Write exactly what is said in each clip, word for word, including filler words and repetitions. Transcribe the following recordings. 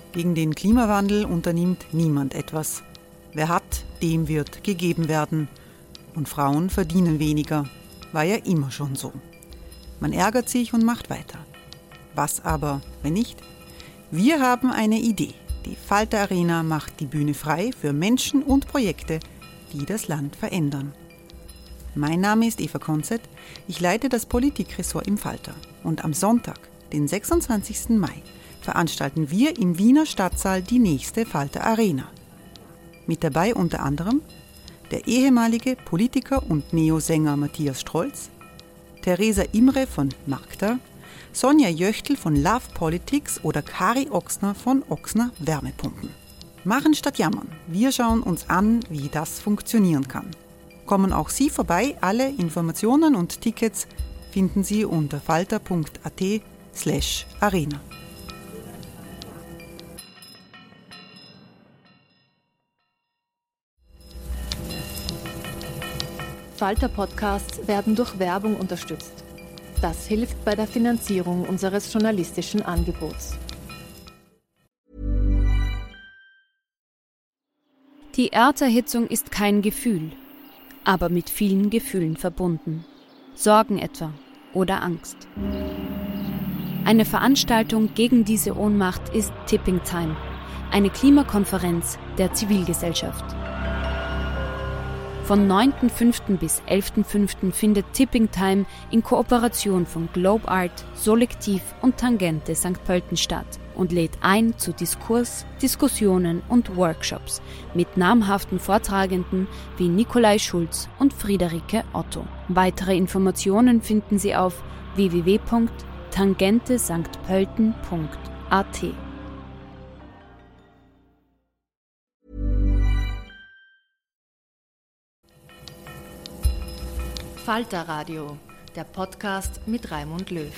Gegen den Klimawandel unternimmt niemand etwas. Wer hat, dem wird gegeben werden. Und Frauen verdienen weniger. War ja immer schon so. Man ärgert sich und macht weiter. Was aber, wenn nicht? Wir haben eine Idee. Die Falter Arena macht die Bühne frei für Menschen und Projekte, die das Land verändern. Mein Name ist Eva Konzett. Ich leite das Politikressort im Falter. Und am Sonntag, den sechsundzwanzigsten Mai, veranstalten wir im Wiener Stadtsaal die nächste Falter Arena. Mit dabei unter anderem der ehemalige Politiker und Neosänger Matthias Strolz, Theresa Imre von Magda, Sonja Jöchtl von Love Politics oder Kari Ochsner von Ochsner Wärmepumpen. Machen statt jammern. Wir schauen uns an, wie das funktionieren kann. Kommen auch Sie vorbei. Alle Informationen und Tickets finden Sie unter falter.at slash arena. Falter-Podcasts werden durch Werbung unterstützt. Das hilft bei der Finanzierung unseres journalistischen Angebots. Die Erderhitzung ist kein Gefühl, aber mit vielen Gefühlen verbunden. Sorgen etwa oder Angst. Eine Veranstaltung gegen diese Ohnmacht ist Tipping Time, eine Klimakonferenz der Zivilgesellschaft. Von neunten fünften bis elften fünften findet Tipping Time in Kooperation von Globe Art, Solektiv und Tangente Sankt Pölten statt und lädt ein zu Diskurs, Diskussionen und Workshops mit namhaften Vortragenden wie Nikolai Schulz und Friederike Otto. Weitere Informationen finden Sie auf w w w punkt tangente sankt pölten punkt a t. Falter Radio, der Podcast mit Raimund Löw.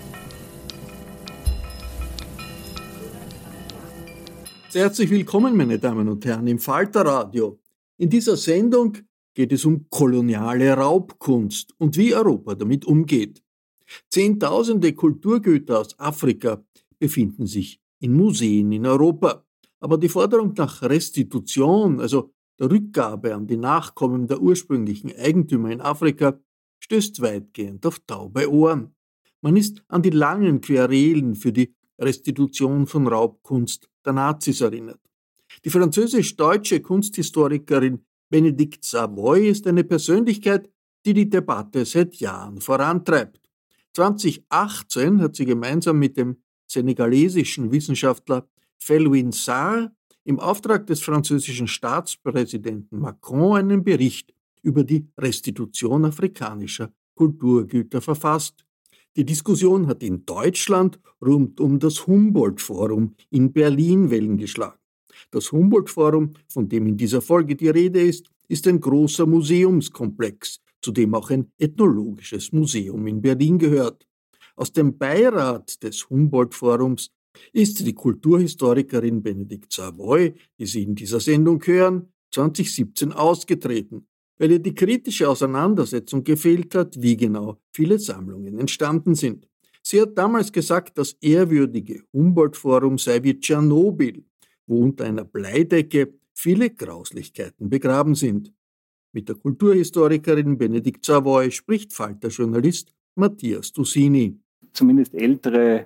Sehr herzlich willkommen, meine Damen und Herren, im Falter Radio. In dieser Sendung geht es um koloniale Raubkunst und wie Europa damit umgeht. Zehntausende Kulturgüter aus Afrika befinden sich in Museen in Europa. Aber die Forderung nach Restitution, also der Rückgabe an die Nachkommen der ursprünglichen Eigentümer in Afrika, stößt weitgehend auf taube Ohren. Man ist an die langen Querelen für die Restitution von Raubkunst der Nazis erinnert. Die französisch-deutsche Kunsthistorikerin Bénédicte Savoy ist eine Persönlichkeit, die die Debatte seit Jahren vorantreibt. zweitausendachtzehn hat sie gemeinsam mit dem senegalesischen Wissenschaftler Felwine Sarr im Auftrag des französischen Staatspräsidenten Macron einen Bericht über die Restitution afrikanischer Kulturgüter verfasst. Die Diskussion hat in Deutschland rund um das Humboldt-Forum in Berlin Wellen geschlagen. Das Humboldt-Forum, von dem in dieser Folge die Rede ist, ist ein großer Museumskomplex, zu dem auch ein ethnologisches Museum in Berlin gehört. Aus dem Beirat des Humboldt-Forums ist die Kulturhistorikerin Bénédicte Savoy, die Sie in dieser Sendung hören, zweitausendsiebzehn ausgetreten, weil ihr die kritische Auseinandersetzung gefehlt hat, wie genau viele Sammlungen entstanden sind. Sie hat damals gesagt, das ehrwürdige Humboldt-Forum sei wie Tschernobyl, wo unter einer Bleidecke viele Grauslichkeiten begraben sind. Mit der Kulturhistorikerin Bénédicte Savoy spricht Falter-Journalist Matthias Dusini. Zumindest ältere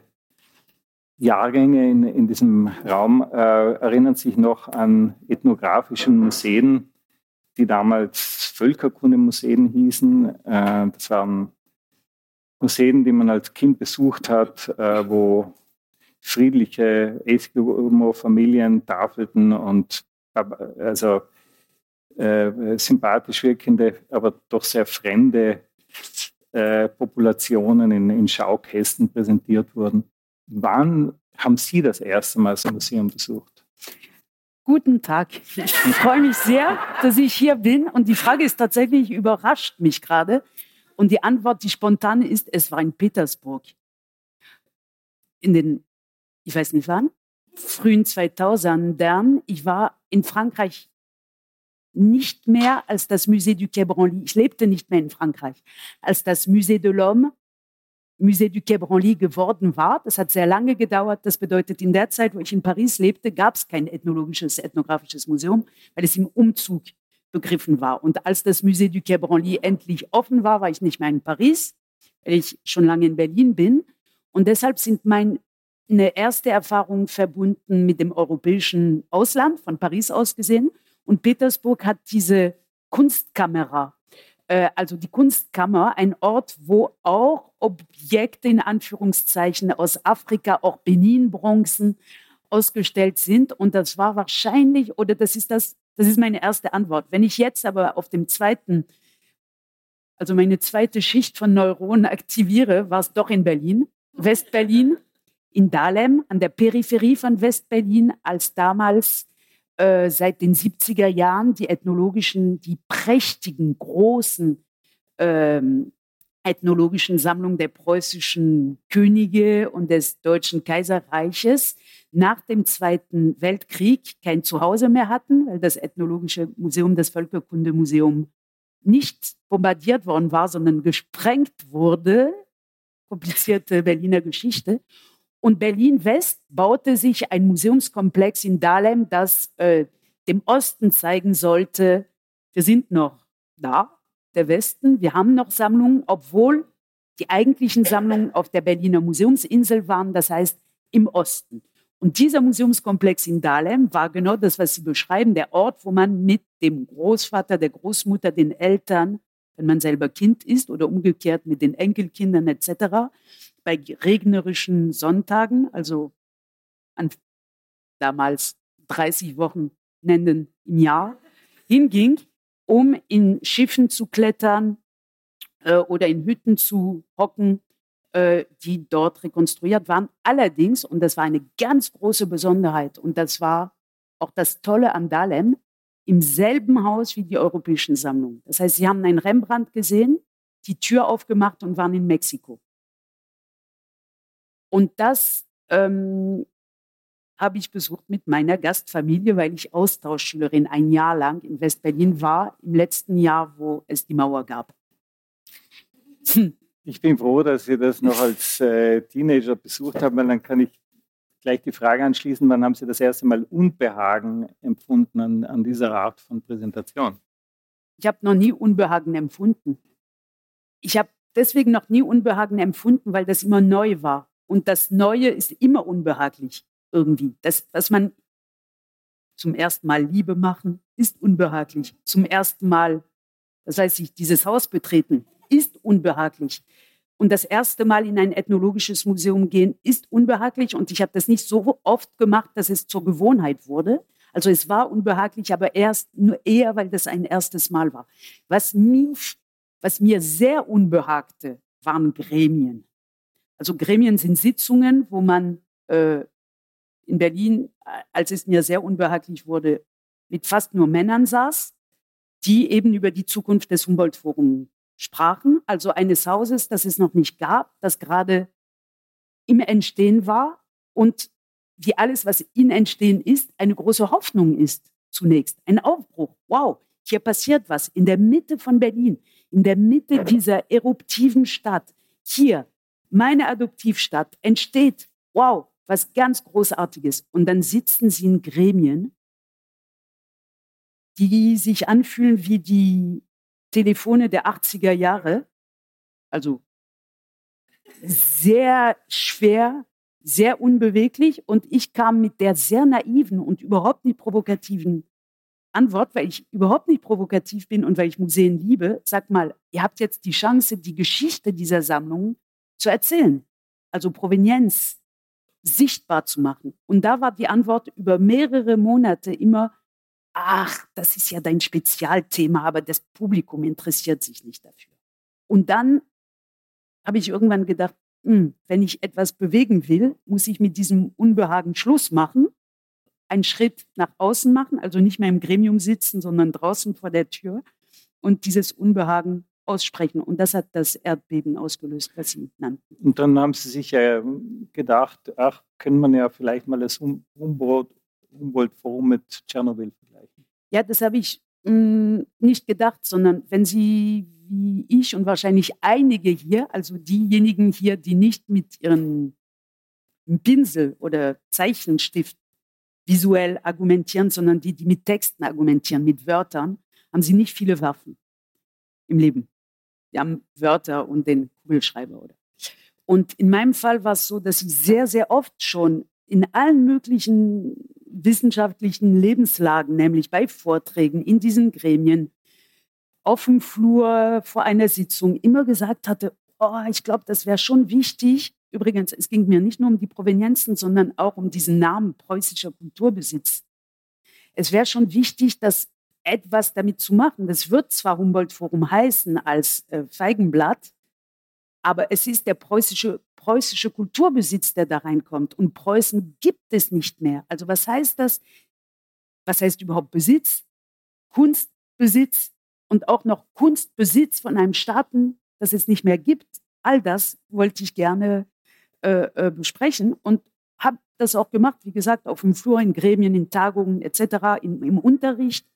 Jahrgänge in, in diesem Raum äh, erinnern sich noch an ethnografischen Museen, die damals Völkerkundemuseen hießen. Äh, das waren Museen, die man als Kind besucht hat, äh, wo friedliche Eskimo-Familien tafelten und also äh, sympathisch wirkende, aber doch sehr fremde äh, Populationen in, in Schaukästen präsentiert wurden. Wann haben Sie das erste Mal so ein Museum besucht? Guten Tag. Ich freue mich sehr, dass ich hier bin. Und die Frage ist tatsächlich, überrascht mich gerade. Und die Antwort, die spontan ist, es war in Petersburg. In den, ich weiß nicht wann, frühen zweitausendern. Ich war in Frankreich nicht mehr als das Musée du Quai Branly. Ich lebte nicht mehr in Frankreich. Als das Musée de l'Homme Musée du Quai Branly geworden war. Das hat sehr lange gedauert. Das bedeutet, in der Zeit, wo ich in Paris lebte, gab es kein ethnologisches, ethnografisches Museum, weil es im Umzug begriffen war. Und als das Musée du Quai Branly endlich offen war, war ich nicht mehr in Paris, weil ich schon lange in Berlin bin. Und deshalb sind meine erste Erfahrungen verbunden mit dem europäischen Ausland, von Paris aus gesehen. Und Petersburg hat diese Kunstkamera, also die Kunstkammer, ein Ort, wo auch Objekte in Anführungszeichen aus Afrika, auch Benin-Bronzen ausgestellt sind. Und das war wahrscheinlich, oder das ist das, das ist meine erste Antwort. Wenn ich jetzt aber auf dem zweiten, also meine zweite Schicht von Neuronen aktiviere, war es doch in Berlin, West-Berlin, in Dahlem, an der Peripherie von West-Berlin, als damals Äh, seit den siebziger Jahren die ethnologischen, die prächtigen, großen ähm, ethnologischen Sammlungen der preußischen Könige und des Deutschen Kaiserreiches nach dem Zweiten Weltkrieg kein Zuhause mehr hatten, weil das Ethnologische Museum, das Völkerkundemuseum, nicht bombardiert worden war, sondern gesprengt wurde. Komplizierte Berliner Geschichte. Und Berlin-West baute sich ein Museumskomplex in Dahlem, das äh, dem Osten zeigen sollte, wir sind noch da, der Westen, wir haben noch Sammlungen, obwohl die eigentlichen Sammlungen auf der Berliner Museumsinsel waren, das heißt im Osten. Und dieser Museumskomplex in Dahlem war genau das, was Sie beschreiben, der Ort, wo man mit dem Großvater, der Großmutter, den Eltern, wenn man selber Kind ist oder umgekehrt mit den Enkelkindern et cetera, bei regnerischen Sonntagen, also an damals dreißig Wochenenden im Jahr, hinging, um in Schiffen zu klettern äh, oder in Hütten zu hocken, äh, die dort rekonstruiert waren. Allerdings, und das war eine ganz große Besonderheit, und das war auch das Tolle an Dahlem, im selben Haus wie die europäischen Sammlungen. Das heißt, Sie haben einen Rembrandt gesehen, die Tür aufgemacht und waren in Mexiko. Und das ähm, habe ich besucht mit meiner Gastfamilie, weil ich Austauschschülerin ein Jahr lang in West-Berlin war, im letzten Jahr, wo es die Mauer gab. Hm. Ich bin froh, dass Sie das noch als äh, Teenager besucht haben, weil dann kann ich gleich die Frage anschließen, wann haben Sie das erste Mal Unbehagen empfunden an, an dieser Art von Präsentation? Ich habe noch nie Unbehagen empfunden. Ich habe deswegen noch nie Unbehagen empfunden, weil das immer neu war. Und das Neue ist immer unbehaglich irgendwie. Das, was man zum ersten Mal Liebe machen, ist unbehaglich. Zum ersten Mal, das heißt, ich dieses Haus betreten, ist unbehaglich. Und das erste Mal in ein ethnologisches Museum gehen, ist unbehaglich. Und ich habe das nicht so oft gemacht, dass es zur Gewohnheit wurde. Also es war unbehaglich, aber erst nur eher, weil das ein erstes Mal war. Was mich, was mir sehr unbehagte, waren Gremien. Also Gremien sind Sitzungen, wo man äh, in Berlin, als es mir sehr unbehaglich wurde, mit fast nur Männern saß, die eben über die Zukunft des Humboldt-Forums sprachen, also eines Hauses, das es noch nicht gab, das gerade im Entstehen war und wie alles, was in Entstehen ist, eine große Hoffnung ist zunächst. Ein Aufbruch. Wow, hier passiert was in der Mitte von Berlin, in der Mitte dieser eruptiven Stadt. Hier, meine Adoptivstadt, entsteht, wow, was ganz Großartiges. Und dann sitzen sie in Gremien, die sich anfühlen wie die Telefone der achtziger Jahre, also sehr schwer, sehr unbeweglich. Und ich kam mit der sehr naiven und überhaupt nicht provokativen Antwort, weil ich überhaupt nicht provokativ bin und weil ich Museen liebe. Sag mal, ihr habt jetzt die Chance, die Geschichte dieser Sammlung zu erzählen, also Provenienz sichtbar zu machen. Und da war die Antwort über mehrere Monate immer, ach, das ist ja dein Spezialthema, aber das Publikum interessiert sich nicht dafür. Und dann habe ich irgendwann gedacht, mh, wenn ich etwas bewegen will, muss ich mit diesem Unbehagen Schluss machen, einen Schritt nach außen machen, also nicht mehr im Gremium sitzen, sondern draußen vor der Tür und dieses Unbehagen aussprechen. Und das hat das Erdbeben ausgelöst, was Sie nannten. Und dann haben Sie sich ja gedacht, ach, können wir ja vielleicht mal das Humboldt-Forum mit Tschernobyl vergleichen. Ja, das habe ich mh, nicht gedacht, sondern wenn Sie wie ich und wahrscheinlich einige hier, also diejenigen hier, die nicht mit ihren Pinsel oder Zeichenstift visuell argumentieren, sondern die, die mit Texten argumentieren, mit Wörtern, haben sie nicht viele Waffen im Leben. Die haben Wörter und den Kugelschreiber. Oder. Und in meinem Fall war es so, dass ich sehr, sehr oft schon in allen möglichen wissenschaftlichen Lebenslagen, nämlich bei Vorträgen, in diesen Gremien, auf dem Flur vor einer Sitzung, immer gesagt hatte, oh, ich glaube, das wäre schon wichtig. Übrigens, es ging mir nicht nur um die Provenienzen, sondern auch um diesen Namen preußischer Kulturbesitz. Es wäre schon wichtig, das etwas damit zu machen. Das wird zwar Humboldt-Forum heißen als äh, Feigenblatt, aber es ist der preußische, preußische Kulturbesitz, der da reinkommt. Und Preußen gibt es nicht mehr. Also was heißt das? Was heißt überhaupt Besitz? Kunstbesitz und auch noch Kunstbesitz von einem Staaten, das es nicht mehr gibt. All das wollte ich gerne äh, äh, besprechen und habe das auch gemacht, wie gesagt, auf dem Flur, in Gremien, in Tagungen et cetera, im, im Unterricht.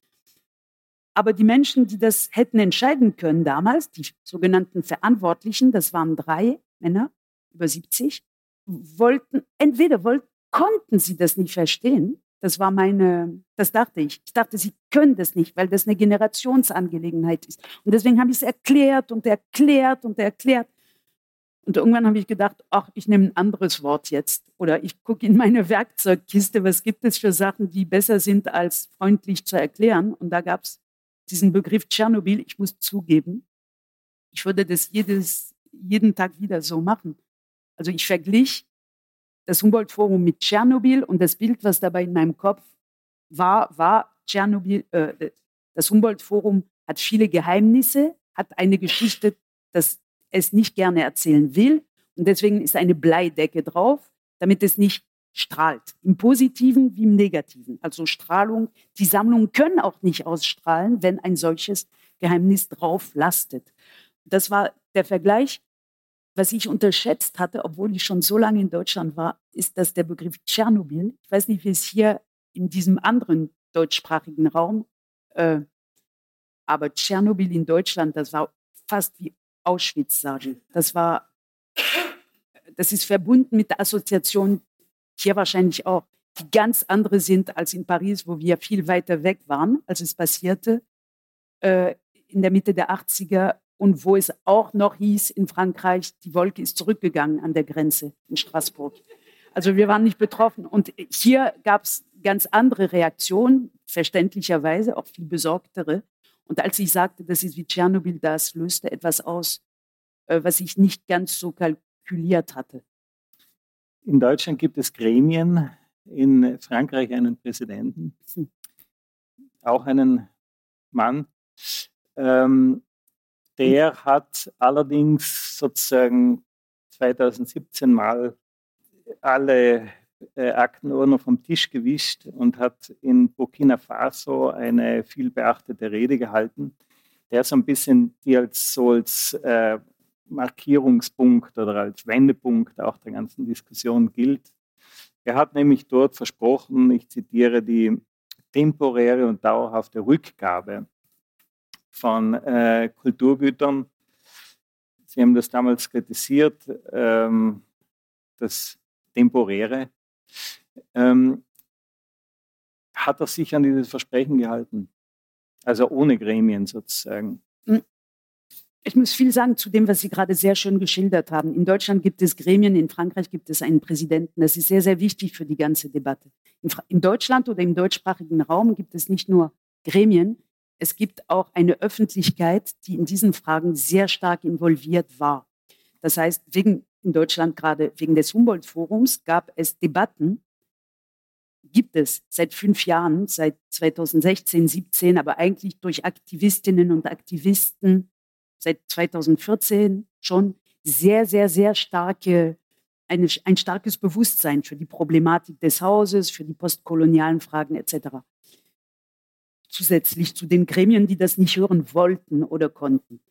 Aber die Menschen, die das hätten entscheiden können damals, die sogenannten Verantwortlichen, das waren drei Männer, über siebzig, wollten, entweder wollten, konnten sie das nicht verstehen, das war meine, das dachte ich. Ich dachte, sie können das nicht, weil das eine Generationsangelegenheit ist. Und deswegen habe ich es erklärt und erklärt und erklärt. Und irgendwann habe ich gedacht, ach, ich nehme ein anderes Wort jetzt. Oder ich gucke in meine Werkzeugkiste, was gibt es für Sachen, die besser sind, als freundlich zu erklären. Und da gab es diesen Begriff Tschernobyl. Ich muss zugeben, ich würde das jedes, jeden Tag wieder so machen. Also ich verglich das Humboldt-Forum mit Tschernobyl und das Bild, was dabei in meinem Kopf war, war Tschernobyl. Äh, das Humboldt-Forum hat viele Geheimnisse, hat eine Geschichte, das es nicht gerne erzählen will. Und deswegen ist eine Bleidecke drauf, damit es nicht strahlt. Im Positiven wie im Negativen. Also Strahlung. Die Sammlungen können auch nicht ausstrahlen, wenn ein solches Geheimnis drauf lastet. Das war der Vergleich. Was ich unterschätzt hatte, obwohl ich schon so lange in Deutschland war, ist, dass der Begriff Tschernobyl, ich weiß nicht, wie es hier in diesem anderen deutschsprachigen Raum, äh, aber Tschernobyl in Deutschland, das war fast wie Auschwitz, sage ich. Das war, das ist verbunden mit der Assoziation, hier wahrscheinlich auch, die ganz andere sind als in Paris, wo wir viel weiter weg waren, als es passierte, äh, in der Mitte der achtziger und wo es auch noch hieß in Frankreich, die Wolke ist zurückgegangen an der Grenze in Straßburg. Also wir waren nicht betroffen. Und hier gab es ganz andere Reaktionen, verständlicherweise auch viel besorgtere. Und als ich sagte, das ist wie Tschernobyl, das löste etwas aus, äh, was ich nicht ganz so kalkuliert hatte. In Deutschland gibt es Gremien, in Frankreich einen Präsidenten, hm. auch einen Mann. Ähm, der hat allerdings sozusagen zweitausendsiebzehn mal alle äh, Aktenordner vom Tisch gewischt und hat in Burkina Faso eine viel beachtete Rede gehalten, der so ein bisschen die als so als äh, Markierungspunkt oder als Wendepunkt auch der ganzen Diskussion gilt. Er hat nämlich dort versprochen, ich zitiere, die temporäre und dauerhafte Rückgabe von äh, Kulturgütern. Sie haben das damals kritisiert, ähm, das Temporäre. Ähm, hat er sich an dieses Versprechen gehalten? Also ohne Gremien sozusagen. Ich muss viel sagen zu dem, was Sie gerade sehr schön geschildert haben. In Deutschland gibt es Gremien, in Frankreich gibt es einen Präsidenten. Das ist sehr, sehr wichtig für die ganze Debatte. In, Fra- in Deutschland oder im deutschsprachigen Raum gibt es nicht nur Gremien, es gibt auch eine Öffentlichkeit, die in diesen Fragen sehr stark involviert war. Das heißt, wegen, in Deutschland gerade wegen des Humboldt-Forums gab es Debatten, gibt es seit fünf Jahren, seit zweitausendsechzehn, siebzehn, aber eigentlich durch Aktivistinnen und Aktivisten seit zweitausendvierzehn schon sehr, sehr, sehr starke, eine, ein starkes Bewusstsein für die Problematik des Hauses, für die postkolonialen Fragen et cetera. Zusätzlich zu den Gremien, die das nicht hören wollten oder konnten.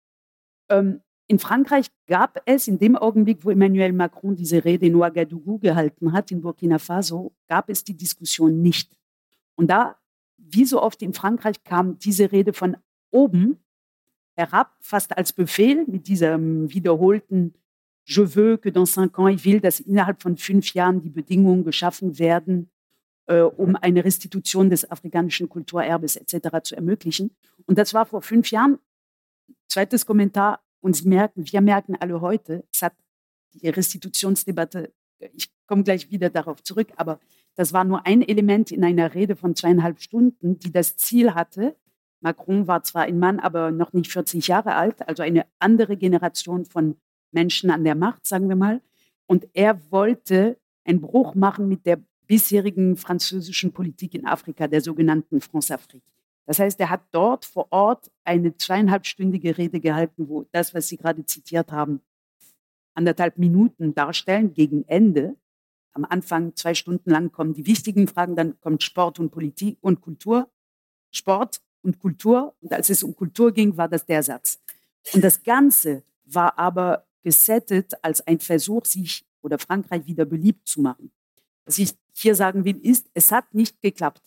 Ähm, in Frankreich gab es in dem Augenblick, wo Emmanuel Macron diese Rede in Ouagadougou gehalten hat, in Burkina Faso, gab es die Diskussion nicht. Und da, wie so oft in Frankreich, kam diese Rede von oben herab, fast als Befehl, mit diesem wiederholten Je veux que dans cinq ans, ich will, dass innerhalb von fünf Jahren die Bedingungen geschaffen werden, äh, um eine Restitution des afrikanischen Kulturerbes et cetera zu ermöglichen. Und das war vor fünf Jahren. Zweites Kommentar, und Sie merken, wir merken alle heute, es hat die Restitutionsdebatte, ich komme gleich wieder darauf zurück, aber das war nur ein Element in einer Rede von zweieinhalb Stunden, die das Ziel hatte. Macron war zwar ein Mann, aber noch nicht vierzig Jahre alt, also eine andere Generation von Menschen an der Macht, sagen wir mal. Und er wollte einen Bruch machen mit der bisherigen französischen Politik in Afrika, der sogenannten France-Afrique. Das heißt, er hat dort vor Ort eine zweieinhalbstündige Rede gehalten, wo das, was Sie gerade zitiert haben, anderthalb Minuten darstellen, gegen Ende. Am Anfang zwei Stunden lang kommen die wichtigen Fragen, dann kommt Sport und Politik und Kultur. Sport und Kultur. Und als es um Kultur ging, war das der Satz. Und das Ganze war aber gesettet als ein Versuch, sich oder Frankreich wieder beliebt zu machen. Was ich hier sagen will, ist, es hat nicht geklappt.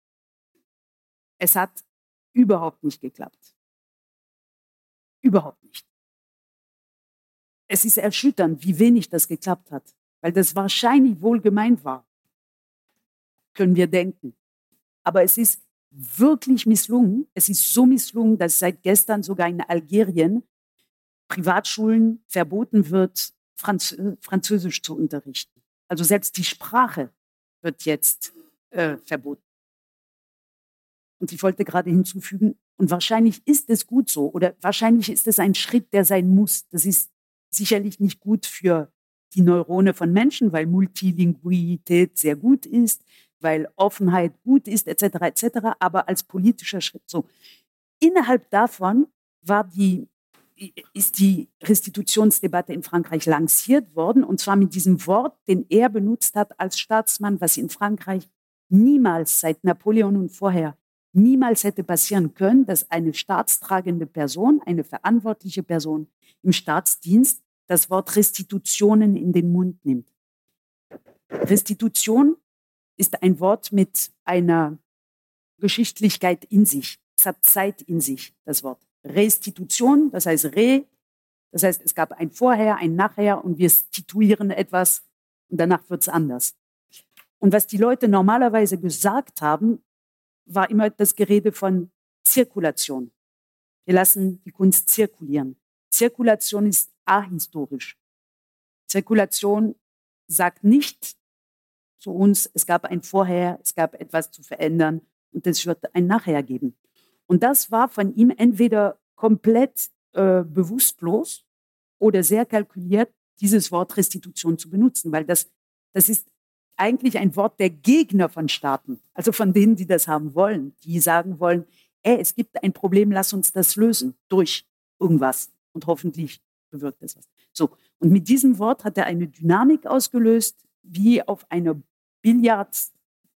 Es hat überhaupt nicht geklappt. Überhaupt nicht. Es ist erschütternd, wie wenig das geklappt hat, weil das wahrscheinlich wohl gemeint war, können wir denken. Aber es ist wirklich misslungen. Es ist so misslungen, dass seit gestern sogar in Algerien Privatschulen verboten wird, Franz- Französisch zu unterrichten. Also selbst die Sprache wird jetzt äh, verboten. Und ich wollte gerade hinzufügen, und wahrscheinlich ist es gut so, oder wahrscheinlich ist es ein Schritt, der sein muss. Das ist sicherlich nicht gut für die Neurone von Menschen, weil Multilingualität sehr gut ist, weil Offenheit gut ist, et cetera, et cetera, aber als politischer Schritt so. Innerhalb davon war die, ist die Restitutionsdebatte in Frankreich lanciert worden, und zwar mit diesem Wort, den er benutzt hat als Staatsmann, was in Frankreich niemals seit Napoleon und vorher niemals hätte passieren können, dass eine staatstragende Person, eine verantwortliche Person im Staatsdienst das Wort Restitutionen in den Mund nimmt. Restitution ist ein Wort mit einer Geschichtlichkeit in sich. Es hat Zeit in sich, das Wort. Restitution, das heißt Re, das heißt, es gab ein Vorher, ein Nachher, und wir stituieren etwas und danach wird es anders. Und was die Leute normalerweise gesagt haben, war immer das Gerede von Zirkulation. Wir lassen die Kunst zirkulieren. Zirkulation ist ahistorisch. Zirkulation sagt nicht zu uns, es gab ein Vorher, es gab etwas zu verändern und es wird ein Nachher geben. Und das war von ihm entweder komplett äh, bewusstlos oder sehr kalkuliert, dieses Wort Restitution zu benutzen, weil das, das ist eigentlich ein Wort der Gegner von Staaten, also von denen, die das haben wollen, die sagen wollen, ey, es gibt ein Problem, lass uns das lösen durch irgendwas und hoffentlich bewirkt es was. So, und mit diesem Wort hat er eine Dynamik ausgelöst, wie auf einer Billardbank,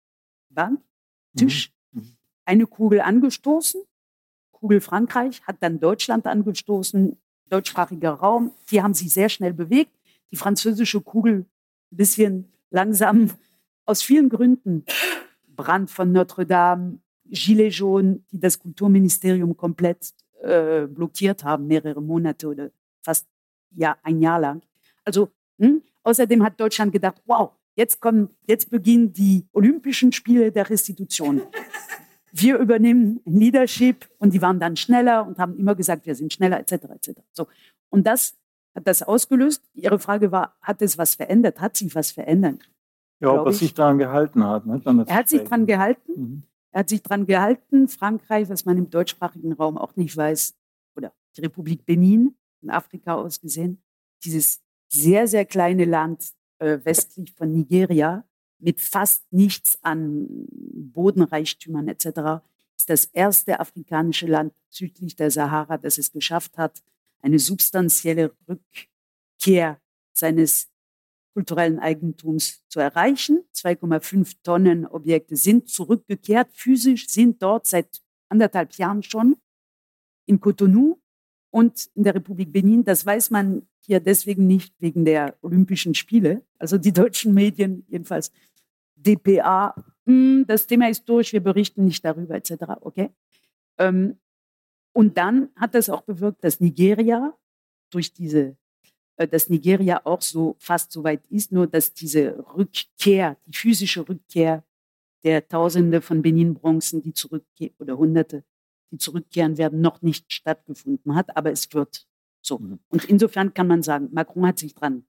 Tisch, mhm. eine Kugel angestoßen, Kugel Frankreich, hat dann Deutschland angestoßen, deutschsprachiger Raum, die haben sich sehr schnell bewegt, die französische Kugel ein bisschen langsam, aus vielen Gründen, Brand von Notre Dame, Gilets jaunes, die das Kulturministerium komplett äh, blockiert haben, mehrere Monate oder fast ja, ein Jahr lang. Also hm, außerdem hat Deutschland gedacht, wow, jetzt kommen, jetzt beginnen die Olympischen Spiele der Restitution. Wir übernehmen ein Leadership, und die waren dann schneller und haben immer gesagt, wir sind schneller, et cetera, et cetera. So. Und das hat das ausgelöst. Ihre Frage war, hat es was verändert? Hat sich was verändert? Ja, ob er sich daran gehalten hat. Ne? Er hat sich daran gehalten. Mhm. Er hat sich daran gehalten. Frankreich, was man im deutschsprachigen Raum auch nicht weiß, oder die Republik Benin, in Afrika aus gesehen, dieses sehr, sehr kleine Land äh, westlich von Nigeria mit fast nichts an Bodenreichtümern et cetera, ist das erste afrikanische Land südlich der Sahara, das es geschafft hat, eine substanzielle Rückkehr seines kulturellen Eigentums zu erreichen. zwei Komma fünf Tonnen Objekte sind zurückgekehrt, physisch sind dort seit anderthalb Jahren schon in Cotonou und in der Republik Benin. Das weiß man hier deswegen nicht wegen der Olympischen Spiele. Also die deutschen Medien, jedenfalls D P A, das Thema ist durch, wir berichten nicht darüber et cetera. Okay? Ähm, Und dann hat das auch bewirkt, dass Nigeria durch diese, äh, dass Nigeria auch so fast so weit ist, nur dass diese Rückkehr, die physische Rückkehr der Tausende von Benin-Bronzen, die zurückkehren, oder Hunderte, die zurückkehren werden, noch nicht stattgefunden hat, aber es wird so. Mhm. Und insofern kann man sagen, Macron hat sich dran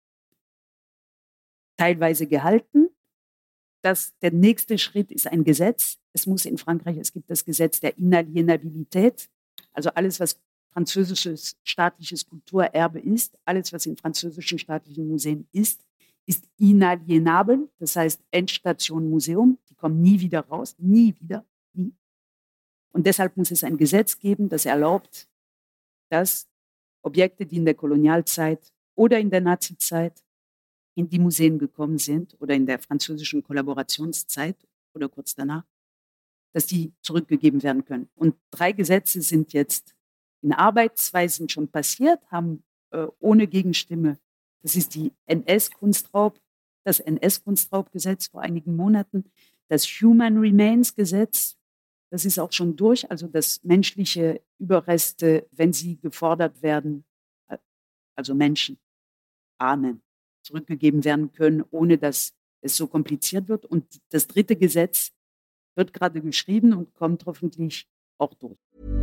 teilweise gehalten. Das, der nächste Schritt ist ein Gesetz. Es muss in Frankreich, es gibt das Gesetz der Inalienabilität, also alles, was französisches staatliches Kulturerbe ist, alles, was in französischen staatlichen Museen ist, ist inalienabel, das heißt Endstation Museum, die kommen nie wieder raus, nie wieder, nie. Und deshalb muss es ein Gesetz geben, das erlaubt, dass Objekte, die in der Kolonialzeit oder in der Nazizeit in die Museen gekommen sind oder in der französischen Kollaborationszeit oder kurz danach, dass die zurückgegeben werden können. Und drei Gesetze sind jetzt in Arbeit, zwei sind schon passiert, haben äh, ohne Gegenstimme, das ist die N S-Kunstraub, das N S-Kunstraubgesetz vor einigen Monaten, das Human Remains-Gesetz, das ist auch schon durch, also dass menschliche Überreste, wenn sie gefordert werden, also Menschen, Ahnen, zurückgegeben werden können, ohne dass es so kompliziert wird. Und das dritte Gesetz wird gerade geschrieben und kommt hoffentlich auch durch.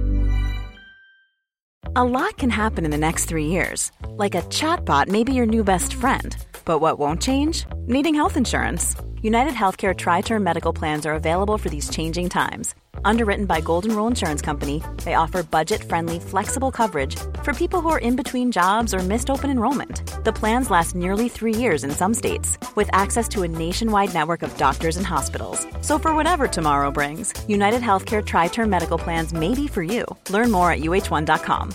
A lot can happen in the next three years. Like a chatbot may be your new best friend. But what won't change? Needing health insurance. United Healthcare Tri-Term Medical Plans are available for these changing times. Underwritten by Golden Rule Insurance Company, they offer budget-friendly, flexible coverage for people who are in between jobs or missed open enrollment. The plans last nearly three years in some states, with access to a nationwide network of doctors and hospitals. So for whatever tomorrow brings, United Healthcare Tri-Term Medical Plans may be for you. Learn more at U H one dot com.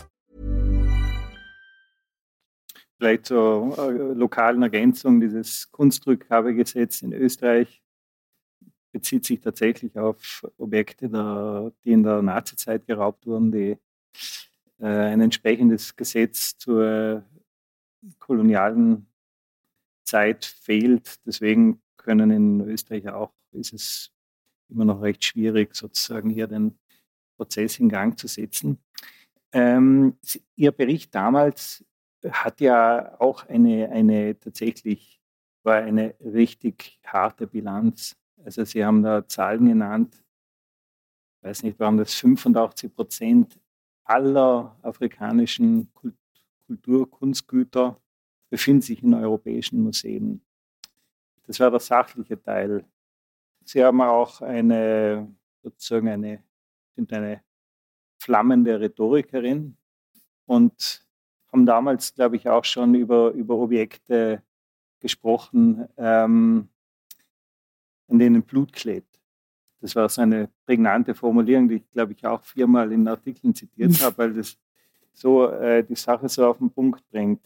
Vielleicht zur äh, lokalen Ergänzung, dieses Kunstrückgabegesetz in Österreich bezieht sich tatsächlich auf Objekte, der, die in der Nazizeit geraubt wurden, die äh, ein entsprechendes Gesetz zur kolonialen Zeit fehlt. Deswegen können in Österreich auch, ist es immer noch recht schwierig, sozusagen hier den Prozess in Gang zu setzen. Ähm, Ihr Bericht damals hat ja auch eine, eine tatsächlich, war eine richtig harte Bilanz. Also Sie haben da Zahlen genannt, ich weiß nicht, waren das fünfundachtzig Prozent aller afrikanischen Kultur-, Kunstgüter befinden sich in europäischen Museen. Das war der sachliche Teil. Sie haben auch eine, sozusagen eine, sind eine flammende Rhetorikerin und haben damals, glaube ich, auch schon über, über Objekte gesprochen, ähm, an denen Blut klebt. Das war so eine prägnante Formulierung, die ich, glaube ich, auch viermal in Artikeln zitiert habe, weil das so äh, die Sache so auf den Punkt bringt.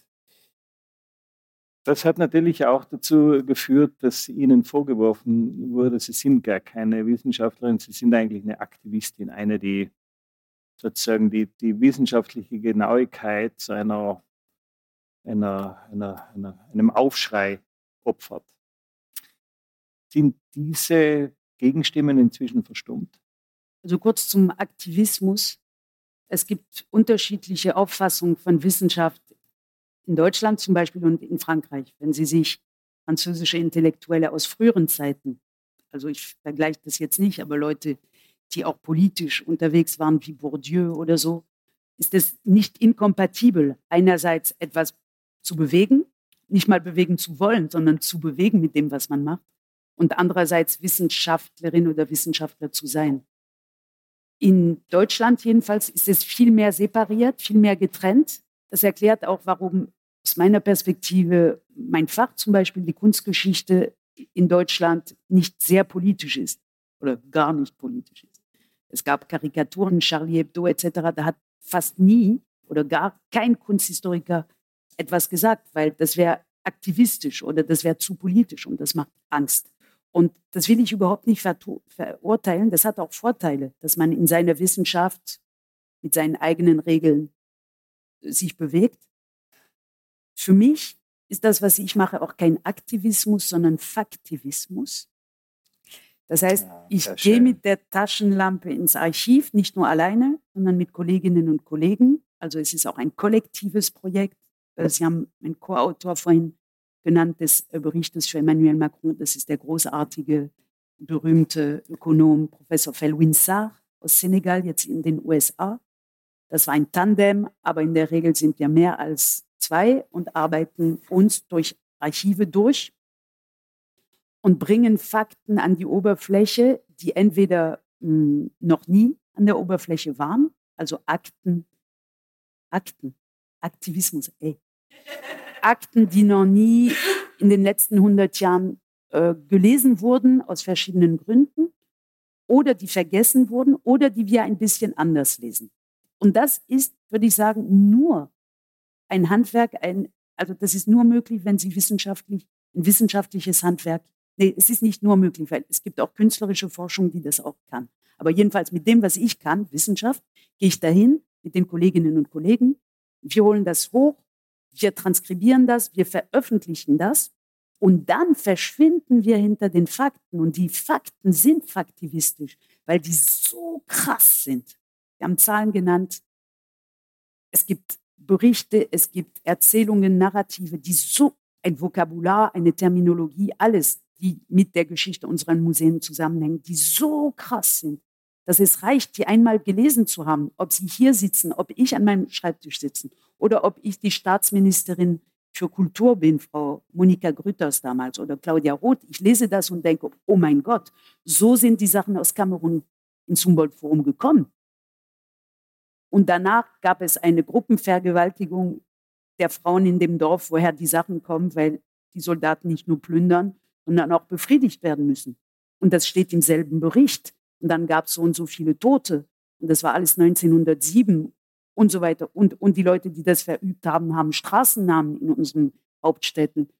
Das hat natürlich auch dazu geführt, dass Ihnen vorgeworfen wurde, Sie sind gar keine Wissenschaftlerin, Sie sind eigentlich eine Aktivistin, eine, die sozusagen die, die wissenschaftliche Genauigkeit zu einer, einer, einer, einer, einem Aufschrei opfert. Sind diese Gegenstimmen inzwischen verstummt? Also kurz zum Aktivismus. Es gibt unterschiedliche Auffassungen von Wissenschaft in Deutschland zum Beispiel und in Frankreich. Wenn Sie sich französische Intellektuelle aus früheren Zeiten, also ich vergleiche das jetzt nicht, aber Leute, die auch politisch unterwegs waren, wie Bourdieu oder so, ist es nicht inkompatibel, einerseits etwas zu bewegen, nicht mal bewegen zu wollen, sondern zu bewegen mit dem, was man macht, und andererseits Wissenschaftlerin oder Wissenschaftler zu sein. In Deutschland jedenfalls ist es viel mehr separiert, viel mehr getrennt. Das erklärt auch, warum aus meiner Perspektive mein Fach, zum Beispiel die Kunstgeschichte in Deutschland, nicht sehr politisch ist oder gar nicht politisch ist. Es gab Karikaturen, Charlie Hebdo et cetera. Da hat fast nie oder gar kein Kunsthistoriker etwas gesagt, weil das wäre aktivistisch oder das wäre zu politisch und das macht Angst. Und das will ich überhaupt nicht verurteilen. Das hat auch Vorteile, dass man in seiner Wissenschaft mit seinen eigenen Regeln sich bewegt. Für mich ist das, was ich mache, auch kein Aktivismus, sondern Faktivismus. Das heißt, Ja, ich sehr gehe schön. mit der Taschenlampe ins Archiv, nicht nur alleine, sondern mit Kolleginnen und Kollegen. Also es ist auch ein kollektives Projekt. Äh, Sie haben einen Co-Autor vorhin genannt des äh, Berichtes für Emmanuel Macron. Das ist der großartige, berühmte Ökonom Professor Felwine Sarr aus Senegal, jetzt in den U S A. Das war ein Tandem, aber in der Regel sind wir mehr als zwei und arbeiten uns durch Archive durch und bringen Fakten an die Oberfläche, die entweder mh, noch nie an der Oberfläche waren, also Akten, Akten, Aktivismus, ey. Akten, die noch nie in den letzten hundert Jahren äh, gelesen wurden, aus verschiedenen Gründen, oder die vergessen wurden, oder die wir ein bisschen anders lesen. Und das ist, würde ich sagen, nur ein Handwerk, ein, also das ist nur möglich, wenn Sie wissenschaftlich, ein wissenschaftliches Handwerk, nee, es ist nicht nur möglich, weil es gibt auch künstlerische Forschung, die das auch kann. Aber jedenfalls mit dem, was ich kann, Wissenschaft, gehe ich dahin mit den Kolleginnen und Kollegen. Wir holen das hoch, wir transkribieren das, wir veröffentlichen das und dann verschwinden wir hinter den Fakten. Und die Fakten sind faktivistisch, weil die so krass sind. Wir haben Zahlen genannt. Es gibt Berichte, es gibt Erzählungen, Narrative, die so ein Vokabular, eine Terminologie, alles, die mit der Geschichte unserer Museen zusammenhängen, die so krass sind, dass es reicht, die einmal gelesen zu haben, ob sie hier sitzen, ob ich an meinem Schreibtisch sitze oder ob ich die Staatsministerin für Kultur bin, Frau Monika Grütters damals oder Claudia Roth. Ich lese das und denke, oh mein Gott, so sind die Sachen aus Kamerun ins Humboldt-Forum gekommen. Und danach gab es eine Gruppenvergewaltigung der Frauen in dem Dorf, woher die Sachen kommen, weil die Soldaten nicht nur plündern, sondern auch befriedigt werden müssen. Und das steht im selben Bericht. Und dann gab es so und so viele Tote. Und das war alles neunzehnhundertsieben und so weiter. Und, und die Leute, die das verübt haben, haben Straßennamen in unseren Hauptstädten.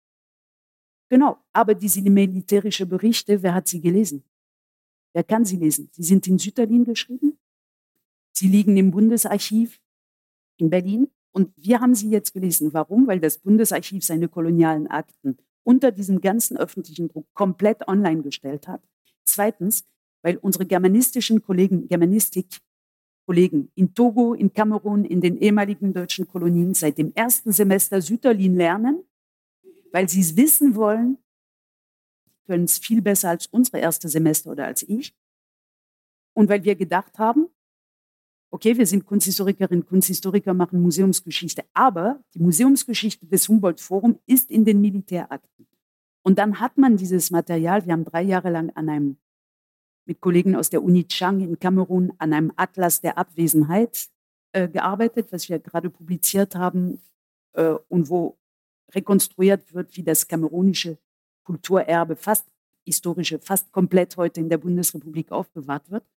Genau, aber diese militärischen Berichte, wer hat sie gelesen? Wer kann sie lesen? Sie sind in Sütterlin geschrieben. Sie liegen im Bundesarchiv in Berlin. Und wir haben sie jetzt gelesen. Warum? Weil das Bundesarchiv seine kolonialen Akten unter diesem ganzen öffentlichen Druck komplett online gestellt hat. Zweitens, weil unsere germanistischen Kollegen, Germanistik-Kollegen in Togo, in Kamerun, in den ehemaligen deutschen Kolonien seit dem ersten Semester Sütterlin lernen, weil sie es wissen wollen, können es viel besser als unsere erste Semester oder als ich. Und weil wir gedacht haben, okay, wir sind Kunsthistorikerinnen, Kunsthistoriker machen Museumsgeschichte, aber die Museumsgeschichte des Humboldt-Forum ist in den Militärakten. Und dann hat man dieses Material, wir haben drei Jahre lang an einem, mit Kollegen aus der Uni Chang in Kamerun, an einem Atlas der Abwesenheit äh, gearbeitet, was wir gerade publiziert haben äh, und wo rekonstruiert wird, wie das kamerunische Kulturerbe, fast historische, fast komplett heute in der Bundesrepublik aufbewahrt wird.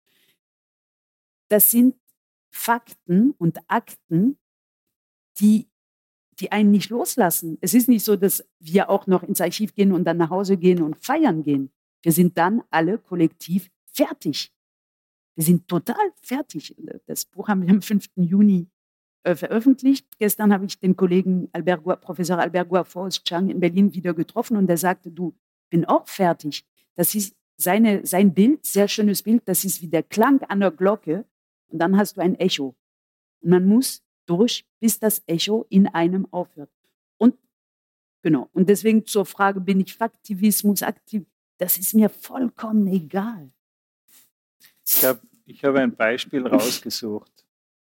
Das sind Fakten und Akten, die, die einen nicht loslassen. Es ist nicht so, dass wir auch noch ins Archiv gehen und dann nach Hause gehen und feiern gehen. Wir sind dann alle kollektiv fertig. Wir sind total fertig. Das Buch haben wir am fünften Juni äh, veröffentlicht. Gestern habe ich den Kollegen Albert, Professor Albert Guafo aus Chang in Berlin wieder getroffen und der sagte, du, bin auch fertig. Das ist seine, sein Bild, sehr schönes Bild, das ist wie der Klang an der Glocke. Und dann hast du ein Echo. Und man muss durch, bis das Echo in einem aufhört. Und genau. Und deswegen zur Frage, bin ich Faktivismus aktiv? Das ist mir vollkommen egal. Ich habe ich hab ein Beispiel rausgesucht.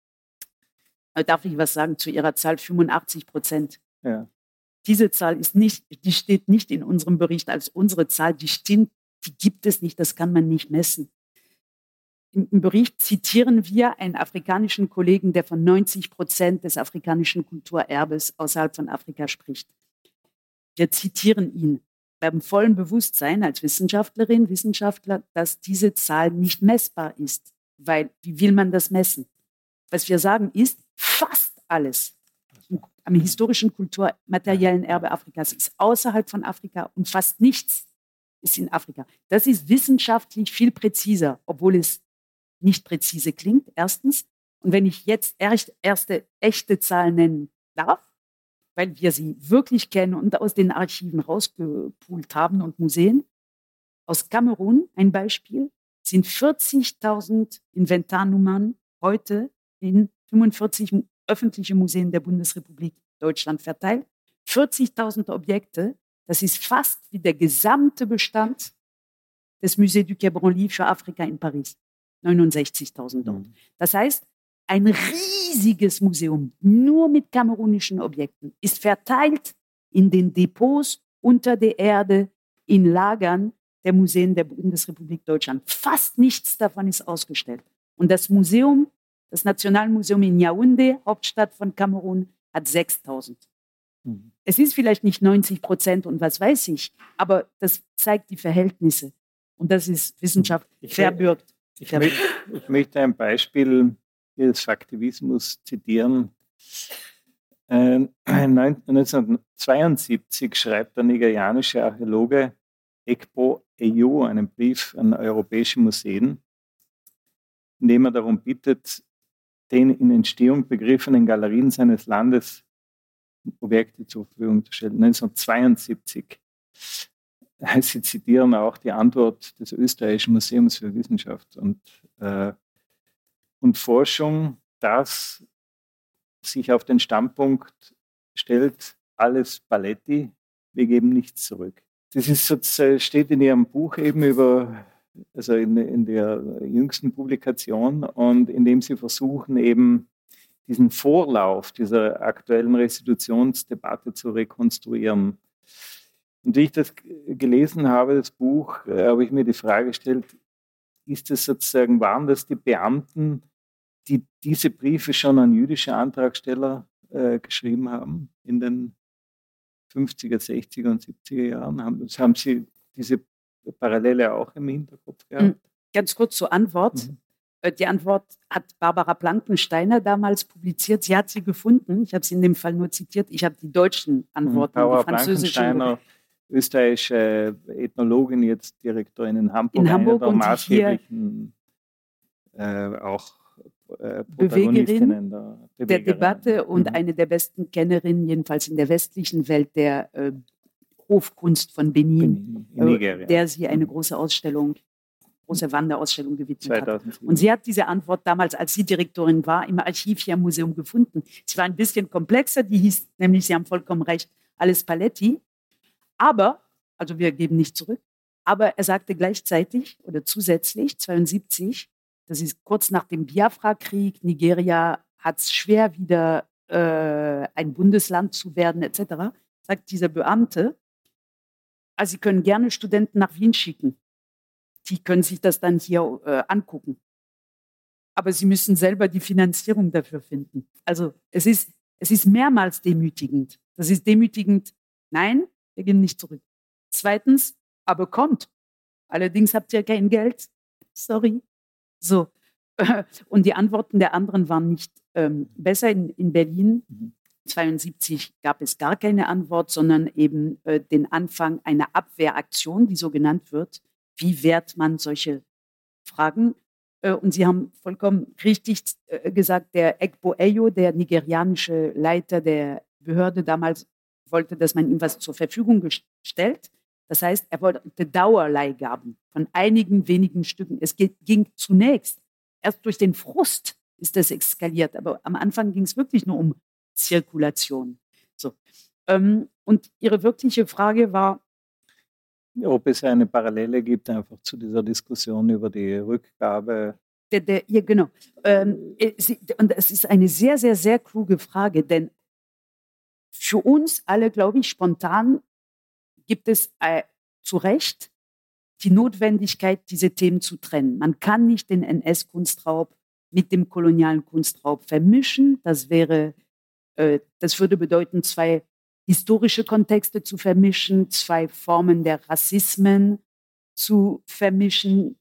Darf ich was sagen zu Ihrer Zahl? fünfundachtzig Prozent. Ja. Diese Zahl ist nicht, die steht nicht in unserem Bericht als unsere Zahl. Die stimmt, die gibt es nicht. Das kann man nicht messen. Im Bericht zitieren wir einen afrikanischen Kollegen, der von neunzig Prozent des afrikanischen Kulturerbes außerhalb von Afrika spricht. Wir zitieren ihn beim vollen Bewusstsein als Wissenschaftlerin, Wissenschaftler, dass diese Zahl nicht messbar ist. Weil, wie will man das messen? Was wir sagen ist, fast alles am historischen kulturmateriellen Erbe Afrikas ist außerhalb von Afrika und fast nichts ist in Afrika. Das ist wissenschaftlich viel präziser, obwohl es nicht präzise klingt, erstens. Und wenn ich jetzt erst, erste echte Zahlen nennen darf, weil wir sie wirklich kennen und aus den Archiven rausgepult haben und Museen, Aus Kamerun, ein Beispiel, sind vierzigtausend Inventarnummern heute in fünfundvierzig öffentliche Museen der Bundesrepublik Deutschland verteilt. vierzigtausend Objekte, das ist fast wie der gesamte Bestand des Musée du Quai Branly für Afrika in Paris. neunundsechzigtausend dort. Das heißt, ein riesiges Museum, nur mit kamerunischen Objekten, ist verteilt in den Depots unter der Erde, in Lagern der Museen der Bundesrepublik Deutschland. Fast nichts davon ist ausgestellt. Und das Museum, das Nationalmuseum in Yaoundé, Hauptstadt von Kamerun, hat sechstausend. Mhm. Es ist vielleicht nicht neunzig Prozent und was weiß ich, aber das zeigt die Verhältnisse. Und das ist Wissenschaft ich verbürgt. Ich, verbürgt. Möchte, ich möchte ein Beispiel des Faktivismus zitieren. Äh, neunzehnhundertzweiundsiebzig schreibt der nigerianische Archäologe Ekpo Eyo einen Brief an europäische Museen, in dem er darum bittet, den in Entstehung begriffenen Galerien seines Landes Objekte zur Verfügung zu stellen. neunzehnhundertzweiundsiebzig. Sie zitieren auch die Antwort des Österreichischen Museums für Wissenschaft und, äh, und Forschung, das sich auf den Standpunkt stellt, alles Paletti, wir geben nichts zurück. Das ist, steht in Ihrem Buch eben über, also in, in der jüngsten Publikation, und in dem Sie versuchen, eben diesen Vorlauf dieser aktuellen Restitutionsdebatte zu rekonstruieren. Und wie ich das gelesen habe, das Buch, habe ich mir die Frage gestellt, ist das sozusagen, waren das die Beamten, die diese Briefe schon an jüdische Antragsteller äh, geschrieben haben in den fünfziger, sechziger und siebziger Jahren? Haben, haben Sie diese Parallele auch im Hinterkopf gehabt? Ganz kurz zur Antwort. Mhm. Die Antwort hat Barbara Blankensteiner damals publiziert. Sie hat sie gefunden. Ich habe sie in dem Fall nur zitiert. Ich habe die deutschen Antworten, mhm. Barbara die französischen. Blankensteiner, österreichische Ethnologin, jetzt Direktorin in Hamburg. In Hamburg eine der und maßgeblichen äh, auch äh, Bewegerin der, der Debatte und mhm. eine der besten Kennerinnen, jedenfalls in der westlichen Welt, der äh, Hofkunst von Benin, Benin in Nigeria. Äh, der sie eine große Ausstellung, große Wanderausstellung gewidmet zweitausendsieben. Hat. Und sie hat diese Antwort damals, als sie Direktorin war, im Archiv hier im Museum gefunden. Sie war ein bisschen komplexer, die hieß nämlich, Sie haben vollkommen recht, alles Paletti. Aber, also wir geben nicht zurück, aber er sagte gleichzeitig oder zusätzlich, zweiundsiebzig, das ist kurz nach dem Biafra-Krieg, Nigeria hat es schwer, wieder äh, ein Bundesland zu werden, et cetera, sagt dieser Beamte, also Sie können gerne Studenten nach Wien schicken. Die können sich das dann hier äh, angucken. Aber Sie müssen selber die Finanzierung dafür finden. Also es ist, es ist mehrmals demütigend. Das ist demütigend, nein, wir gehen nicht zurück. Zweitens, aber kommt. Allerdings habt ihr kein Geld. Sorry. So. Und die Antworten der anderen waren nicht ähm, besser. In, in Berlin zweiundsiebzig gab es gar keine Antwort, sondern eben äh, den Anfang einer Abwehraktion, die so genannt wird. Wie wehrt man solche Fragen? Äh, und Sie haben vollkommen richtig äh, gesagt, der Ekpo Eyo, der nigerianische Leiter der Behörde damals, wollte, dass man ihm was zur Verfügung stellt. Das heißt, er wollte Dauerleihgaben von einigen wenigen Stücken. Es ging zunächst, erst durch den Frust ist das eskaliert, aber am Anfang ging es wirklich nur um Zirkulation. So. Ähm, und Ihre wirkliche Frage war, ob es eine Parallele gibt einfach zu dieser Diskussion über die Rückgabe. Der, der, ja, genau. Ähm, es, und es ist eine sehr, sehr, sehr kluge Frage, denn für uns alle, glaube ich, spontan gibt es äh, zu Recht die Notwendigkeit, diese Themen zu trennen. Man kann nicht den N S-Kunstraub mit dem kolonialen Kunstraub vermischen. Das wäre, äh, das würde bedeuten, zwei historische Kontexte zu vermischen, zwei Formen der Rassismen zu vermischen,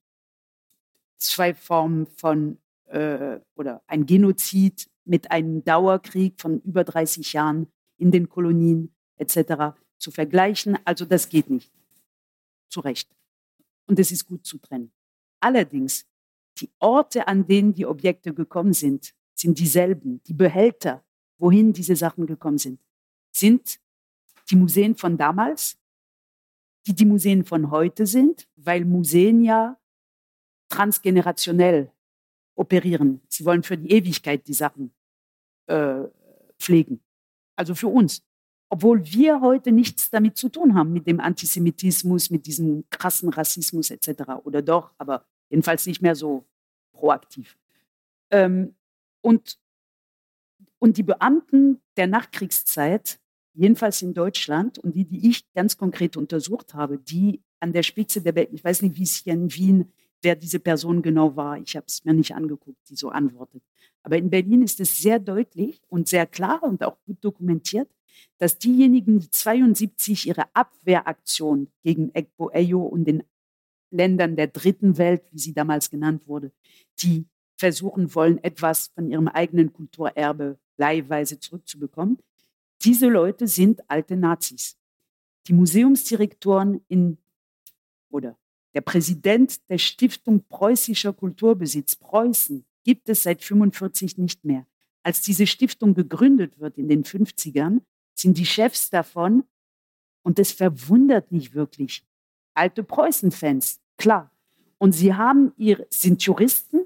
zwei Formen von äh, oder ein Genozid mit einem Dauerkrieg von über dreißig Jahren in den Kolonien et cetera zu vergleichen. Also das geht nicht. Zu Recht. Und es ist gut zu trennen. Allerdings, die Orte, an denen die Objekte gekommen sind, sind dieselben. Die Behälter, wohin diese Sachen gekommen sind, sind die Museen von damals, die die Museen von heute sind, weil Museen ja transgenerationell operieren. Sie wollen für die Ewigkeit die Sachen äh, pflegen. Also für uns. Obwohl wir heute nichts damit zu tun haben, mit dem Antisemitismus, mit diesem krassen Rassismus et cetera. Oder doch, aber jedenfalls nicht mehr so proaktiv. Ähm, und, und die Beamten der Nachkriegszeit, jedenfalls in Deutschland, und die, die ich ganz konkret untersucht habe, die an der Spitze der Welt, ich weiß nicht, wie es hier in Wien, wer diese Person genau war, ich habe es mir nicht angeguckt, die so antwortet. Aber in Berlin ist es sehr deutlich und sehr klar und auch gut dokumentiert, dass diejenigen, die zweiundsiebzig ihre Abwehraktion gegen Egbo Eyo und den Ländern der dritten Welt, wie sie damals genannt wurde, die versuchen wollen, etwas von ihrem eigenen Kulturerbe leihweise zurückzubekommen, diese Leute sind alte Nazis. Die Museumsdirektoren in, oder der Präsident der Stiftung Preußischer Kulturbesitz, Preußen, gibt es seit fünfundvierzig nicht mehr. Als diese Stiftung gegründet wird in den fünfzigern, sind die Chefs davon, und das verwundert nicht wirklich, alte Preußen-Fans, klar. Und sie haben ihre, sind Juristen,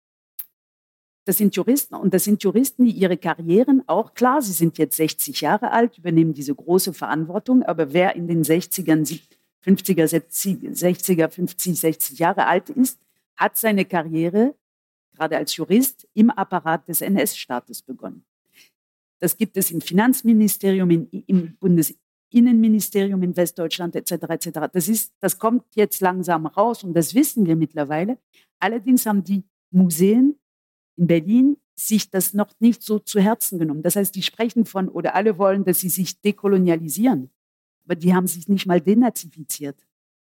das sind Juristen und das sind Juristen, die ihre Karrieren auch, klar, sie sind jetzt sechzig Jahre alt, übernehmen diese große Verantwortung, aber wer in den sechzigern, fünfziger, sechziger, fünfzig, sechzig Jahre alt ist, hat seine Karriere gerade als Jurist im Apparat des N S-Staates begonnen. Das gibt es im Finanzministerium, in, im Bundesinnenministerium in Westdeutschland et cetera et cetera. Das ist, das kommt jetzt langsam raus und das wissen wir mittlerweile. Allerdings haben die Museen in Berlin sich das noch nicht so zu Herzen genommen. Das heißt, die sprechen von, oder alle wollen, dass sie sich dekolonialisieren. Aber die haben sich nicht mal denazifiziert.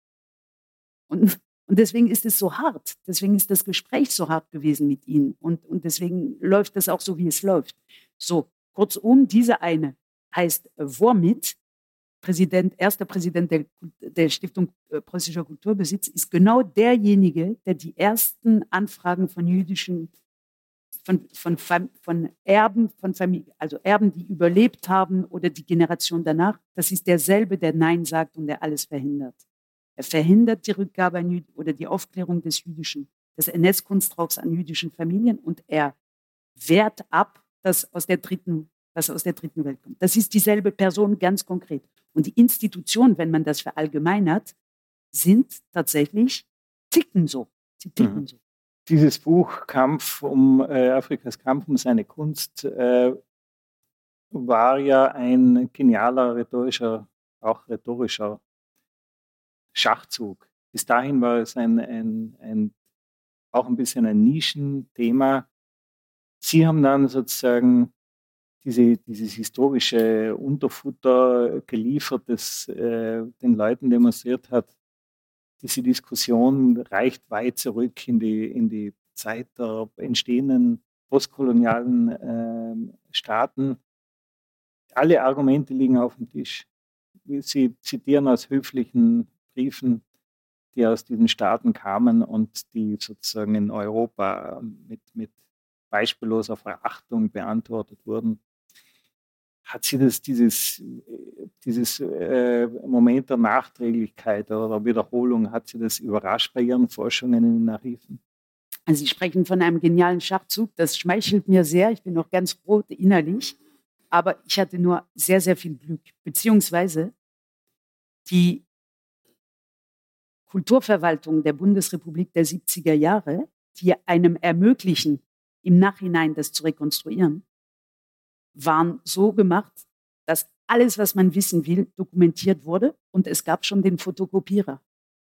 Und, und deswegen ist es so hart. Deswegen ist das Gespräch so hart gewesen mit ihnen. Und, und deswegen läuft das auch so, wie es läuft. So, kurzum, diese eine heißt Wormit, Präsident, erster Präsident der, der Stiftung Preußischer Kulturbesitz, ist genau derjenige, der die ersten Anfragen von jüdischen Von, von, von Erben, von Familie, also Erben, die überlebt haben oder die Generation danach, das ist derselbe, der Nein sagt und der alles verhindert. Er verhindert die Rückgabe an Jü- oder die Aufklärung des jüdischen, des N S-Kunsttraufs an jüdischen Familien und er wehrt ab, dass aus der dritten, was aus der dritten Welt kommt. Das ist dieselbe Person ganz konkret. Und die Institutionen, wenn man das verallgemeinert, sind tatsächlich, ticken so. Sie ticken mhm. so. Dieses Buch Kampf um äh, Afrikas Kampf um seine Kunst äh, war ja ein genialer rhetorischer, auch rhetorischer Schachzug. Bis dahin war es ein, ein, ein, auch ein bisschen ein Nischenthema. Sie haben dann sozusagen diese, dieses historische Unterfutter geliefert, das äh, den Leuten demonstriert hat, diese Diskussion reicht weit zurück in die, in die Zeit der entstehenden postkolonialen äh, Staaten. Alle Argumente liegen auf dem Tisch. Sie zitieren aus höflichen Briefen, die aus diesen Staaten kamen und die sozusagen in Europa mit, mit beispielloser Verachtung beantwortet wurden. Hat Sie das, dieses, dieses äh, Moment der Nachträglichkeit oder Wiederholung, hat Sie das überrascht bei Ihren Forschungen in den Archiven? Also Sie sprechen von einem genialen Schachzug, das schmeichelt mir sehr, ich bin noch ganz rot innerlich, aber ich hatte nur sehr, sehr viel Glück, beziehungsweise die Kulturverwaltung der Bundesrepublik der siebziger Jahre, die einem ermöglichen, im Nachhinein das zu rekonstruieren, waren so gemacht, dass alles, was man wissen will, dokumentiert wurde und es gab schon den Fotokopierer.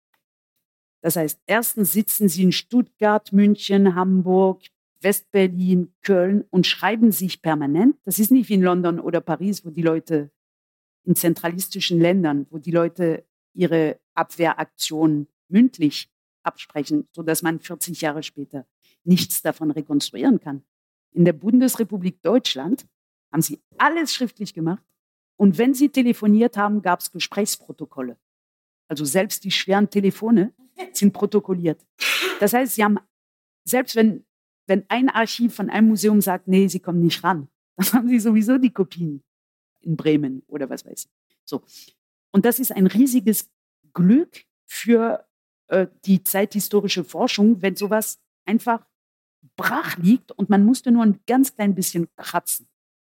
Das heißt, erstens sitzen sie in Stuttgart, München, Hamburg, Westberlin, Köln und schreiben sich permanent. Das ist nicht wie in London oder Paris, wo die Leute in zentralistischen Ländern, wo die Leute ihre Abwehraktionen mündlich absprechen, sodass man vierzig Jahre später nichts davon rekonstruieren kann. In der Bundesrepublik Deutschland haben sie alles schriftlich gemacht. Und wenn sie telefoniert haben, gab es Gesprächsprotokolle. Also selbst die schweren Telefone sind protokolliert. Das heißt, sie haben, selbst wenn, wenn ein Archiv von einem Museum sagt, nee, sie kommen nicht ran, dann haben sie sowieso die Kopien in Bremen oder was weiß ich. So. Und das ist ein riesiges Glück für äh, die zeithistorische Forschung, wenn sowas einfach brach liegt und man musste nur ein ganz klein bisschen kratzen.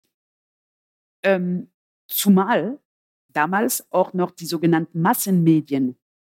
Ähm, zumal damals auch noch die sogenannten Massenmedien,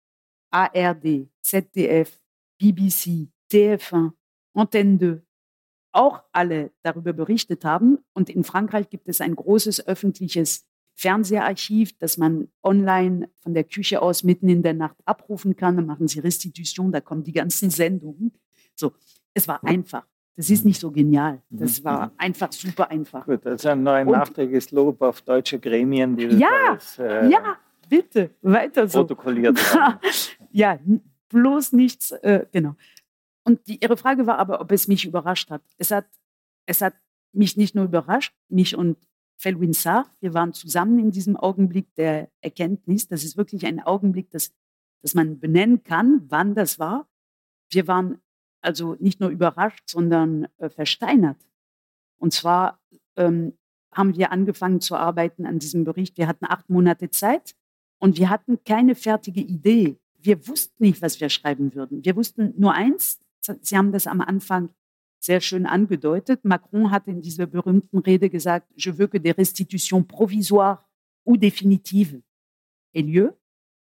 A R D, Z D F, B B C, T F eins, Antenne zwei, auch alle darüber berichtet haben. Und in Frankreich gibt es ein großes öffentliches Fernseharchiv, das man online von der Küche aus mitten in der Nacht abrufen kann. Dann machen sie Restitution, da kommen die ganzen Sendungen. So, es war einfach. Das ist nicht so genial. Das war einfach super einfach. Gut, also ein neuer nachträgliches Lob auf deutsche Gremien, die das ja, alles, äh, ja, bitte, weiter so. protokolliert haben. Ja, bloß nichts, äh, genau. Und die, Ihre Frage war aber, ob es mich überrascht hat. Es hat, es hat mich nicht nur überrascht, mich und Felwine Sarr, wir waren zusammen in diesem Augenblick der Erkenntnis. Das ist wirklich ein Augenblick, das, das man benennen kann, wann das war. Wir waren also nicht nur überrascht, sondern äh, versteinert. Und zwar ähm, haben wir angefangen zu arbeiten an diesem Bericht. Wir hatten acht Monate Zeit und wir hatten keine fertige Idee. Wir wussten nicht, was wir schreiben würden. Wir wussten nur eins, Sie haben das am Anfang sehr schön angedeutet. Macron hat in dieser berühmten Rede gesagt, je veux que des restitutions provisoires ou définitives aient lieu.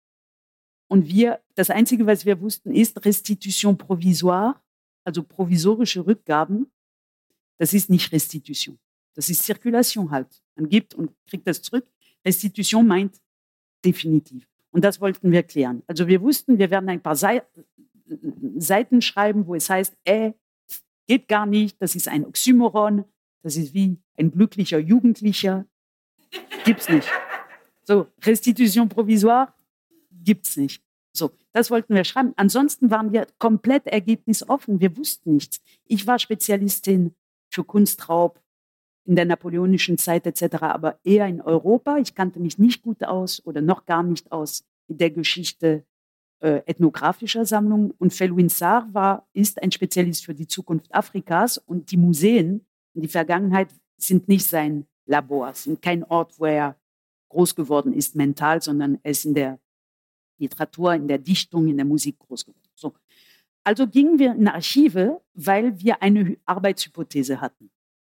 Und wir, das Einzige, was wir wussten, ist Restitution provisoire, also provisorische Rückgaben. Das ist nicht Restitution. Das ist Zirkulation halt. Man gibt und kriegt das zurück. Restitution meint definitiv. Und das wollten wir klären. Also wir wussten, wir werden ein paar Seiten Seiten schreiben, wo es heißt, äh, geht gar nicht, das ist ein Oxymoron, das ist wie ein glücklicher Jugendlicher, gibt's nicht. So, Restitution provisoire, gibt's nicht. So, das wollten wir schreiben. Ansonsten waren wir komplett ergebnisoffen, wir wussten nichts. Ich war Spezialistin für Kunstraub in der napoleonischen Zeit et cetera, aber eher in Europa. Ich kannte mich nicht gut aus oder noch gar nicht aus in der Geschichte ethnografischer Sammlung. Und Felwine Sarr war, ist ein Spezialist für die Zukunft Afrikas und die Museen in die Vergangenheit sind nicht sein Labor, sind kein Ort, wo er groß geworden ist mental, sondern er ist in der Literatur, in der Dichtung, in der Musik groß geworden. So. Also gingen wir in Archive, weil wir eine Arbeitshypothese hatten.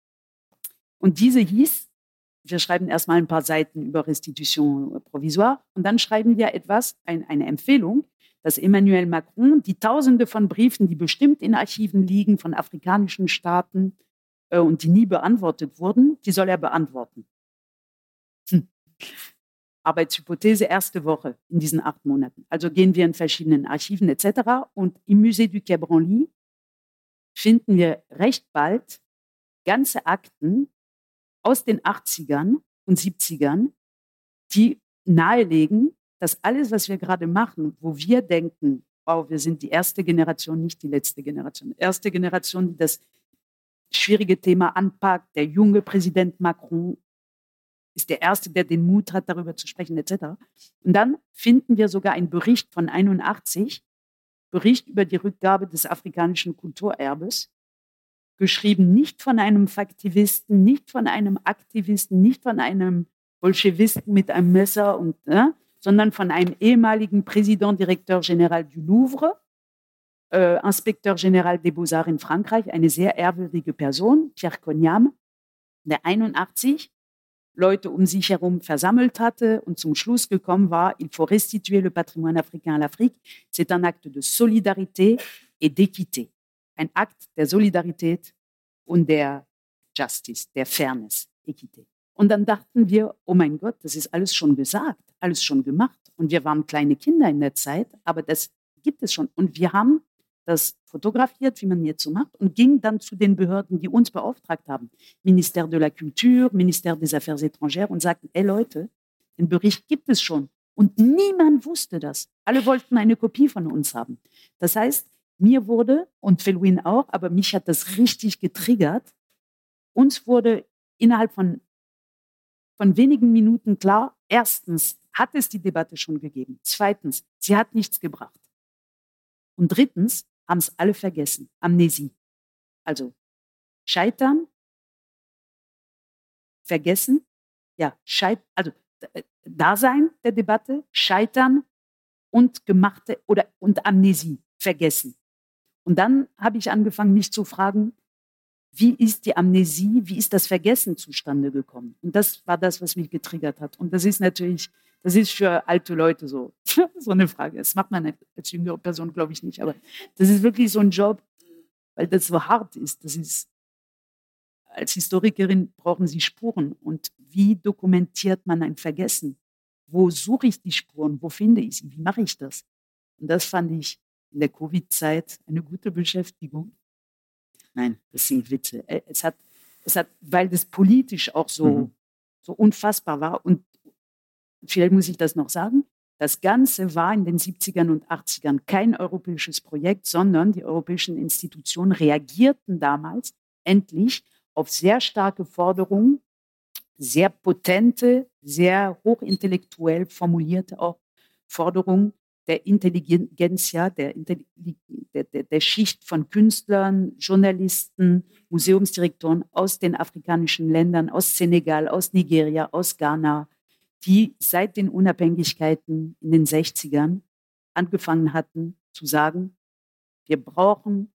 Und diese hieß, wir schreiben erstmal ein paar Seiten über Restitution provisoire und dann schreiben wir etwas, ein, eine Empfehlung, dass Emmanuel Macron die Tausende von Briefen, die bestimmt in Archiven liegen, von afrikanischen Staaten äh, und die nie beantwortet wurden, die soll er beantworten. Hm. Arbeitshypothese, erste Woche in diesen acht Monaten. Also gehen wir in verschiedenen Archiven et cetera. Und im Musée du Quai Branly finden wir recht bald ganze Akten aus den achtzigern und siebzigern, die nahelegen, dass alles, was wir gerade machen, wo wir denken, wow, wir sind die erste Generation, nicht die letzte Generation, erste Generation, die das schwierige Thema anpackt, der junge Präsident Macron ist der Erste, der den Mut hat, darüber zu sprechen, et cetera. Und dann finden wir sogar einen Bericht von einundachtzig, Bericht über die Rückgabe des afrikanischen Kulturerbes, geschrieben nicht von einem Faktivisten, nicht von einem Aktivisten, nicht von einem Bolschewisten mit einem Messer, und, äh, sondern von einem ehemaligen Président Directeur Général du Louvre, äh, Inspekteur Général des Beaux-Arts in Frankreich, eine sehr ehrwürdige Person, Pierre Cognam, der einundachtzig Leute um sich herum versammelt hatte und zum Schluss gekommen war, il faut restituer le patrimoine africain à l'Afrique. C'est un acte de solidarité et d'équité. Ein Akt der Solidarität und der Justice, der Fairness, Equité. Und dann dachten wir, oh mein Gott, das ist alles schon gesagt, alles schon gemacht. Und wir waren kleine Kinder in der Zeit, aber das gibt es schon. Und wir haben das fotografiert, wie man jetzt so macht, und ging dann zu den Behörden, die uns beauftragt haben, Ministère de la Culture, Ministère des Affaires étrangères, und sagten, ey Leute, den Bericht gibt es schon. Und niemand wusste das. Alle wollten eine Kopie von uns haben. Das heißt, mir wurde, und Felwine auch, aber mich hat das richtig getriggert, uns wurde innerhalb von, von wenigen Minuten klar, erstens hat es die Debatte schon gegeben, zweitens, sie hat nichts gebracht. Und drittens haben es alle vergessen, Amnesie. Also scheitern, vergessen, ja, scheit, also Dasein der Debatte, scheitern, und gemachte oder und Amnesie, vergessen. Und dann habe ich angefangen, mich zu fragen, wie ist die Amnesie, wie ist das Vergessen zustande gekommen? Und das war das, was mich getriggert hat. Und das ist natürlich, das ist für alte Leute so, so eine Frage. Das macht man als jüngere Person, glaube ich, nicht. Aber das ist wirklich so ein Job, weil das so hart ist. Das ist, als Historikerin brauchen Sie Spuren. Und wie dokumentiert man ein Vergessen? Wo suche ich die Spuren? Wo finde ich sie? Wie mache ich das? Und das fand ich in der Covid-Zeit eine gute Beschäftigung. Nein, das sind Witze. Es hat, es hat, weil das politisch auch so, mhm. so unfassbar war. Und vielleicht muss ich das noch sagen. Das Ganze war in den siebzigern und achtzigern kein europäisches Projekt, sondern die europäischen Institutionen reagierten damals endlich auf sehr starke Forderungen, sehr potente, sehr hochintellektuell formulierte auch Forderungen der Intelligenzia, der, der, der, der Schicht von Künstlern, Journalisten, Museumsdirektoren aus den afrikanischen Ländern, aus Senegal, aus Nigeria, aus Ghana, die seit den Unabhängigkeiten in den sechzigern angefangen hatten zu sagen, wir brauchen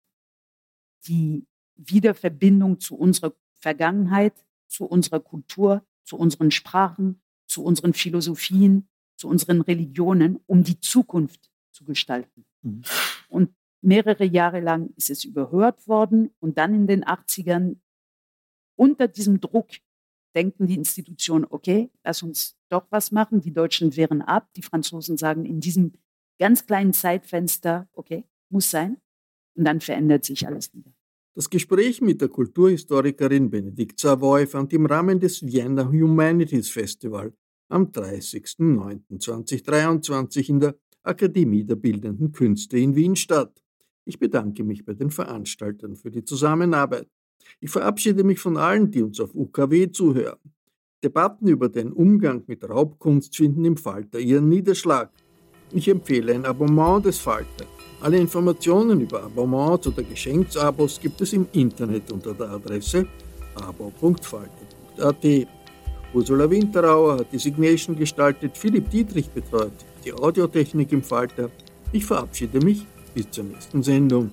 die Wiederverbindung zu unserer Vergangenheit, zu unserer Kultur, zu unseren Sprachen, zu unseren Philosophien, zu unseren Religionen, um die Zukunft zu gestalten. Mhm. Und mehrere Jahre lang ist es überhört worden und dann in den achtzigern unter diesem Druck denken die Institutionen, okay, lass uns doch was machen. Die Deutschen wehren ab, die Franzosen sagen in diesem ganz kleinen Zeitfenster, okay, muss sein. Und dann verändert sich alles wieder. Das Gespräch mit der Kulturhistorikerin Bénédicte Savoy fand im Rahmen des Vienna Humanities Festival am dreißigsten neunten zweitausenddreiundzwanzig in der Akademie der Bildenden Künste in Wien statt. Ich bedanke mich bei den Veranstaltern für die Zusammenarbeit. Ich verabschiede mich von allen, die uns auf U K W zuhören. Debatten über den Umgang mit Raubkunst finden im Falter ihren Niederschlag. Ich empfehle ein Abonnement des Falter. Alle Informationen über Abonnements oder Geschenksabos gibt es im Internet unter der Adresse abo punkt falter punkt a t. Ursula Winterauer hat die Signation gestaltet, Philipp Dietrich betreut die Audiotechnik im Falter. Ich verabschiede mich bis zur nächsten Sendung.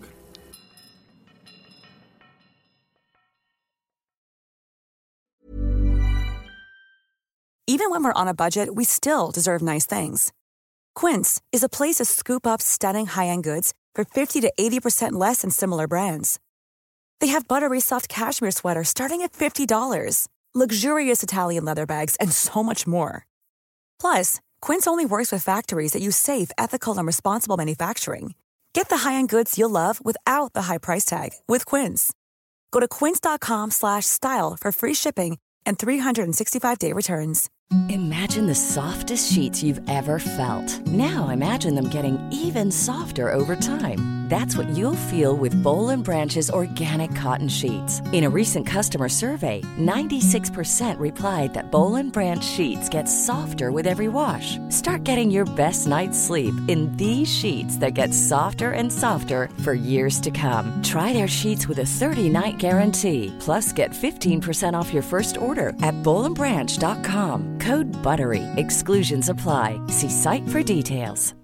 Even when we're on a budget, we still deserve nice things. Quince is a place to scoop up stunning high-end goods for fifty to eighty percent less than similar brands. They have buttery soft cashmere sweaters starting at fifty dollars, luxurious Italian leather bags, and so much more. Plus, Quince only works with factories that use safe, ethical, and responsible manufacturing. Get the high-end goods you'll love without the high price tag with Quince. Go to quince.com slash style for free shipping and three sixty-five day returns. Imagine the softest sheets you've ever felt. Now imagine them getting even softer over time. That's what you'll feel with Boll and Branch's organic cotton sheets. In a recent customer survey, ninety-six percent replied that Boll and Branch sheets get softer with every wash. Start getting your best night's sleep in these sheets that get softer and softer for years to come. Try their sheets with a thirty-night guarantee. Plus, get fifteen percent off your first order at boll and branch dot com. Code BUTTERY. Exclusions apply. See site for details.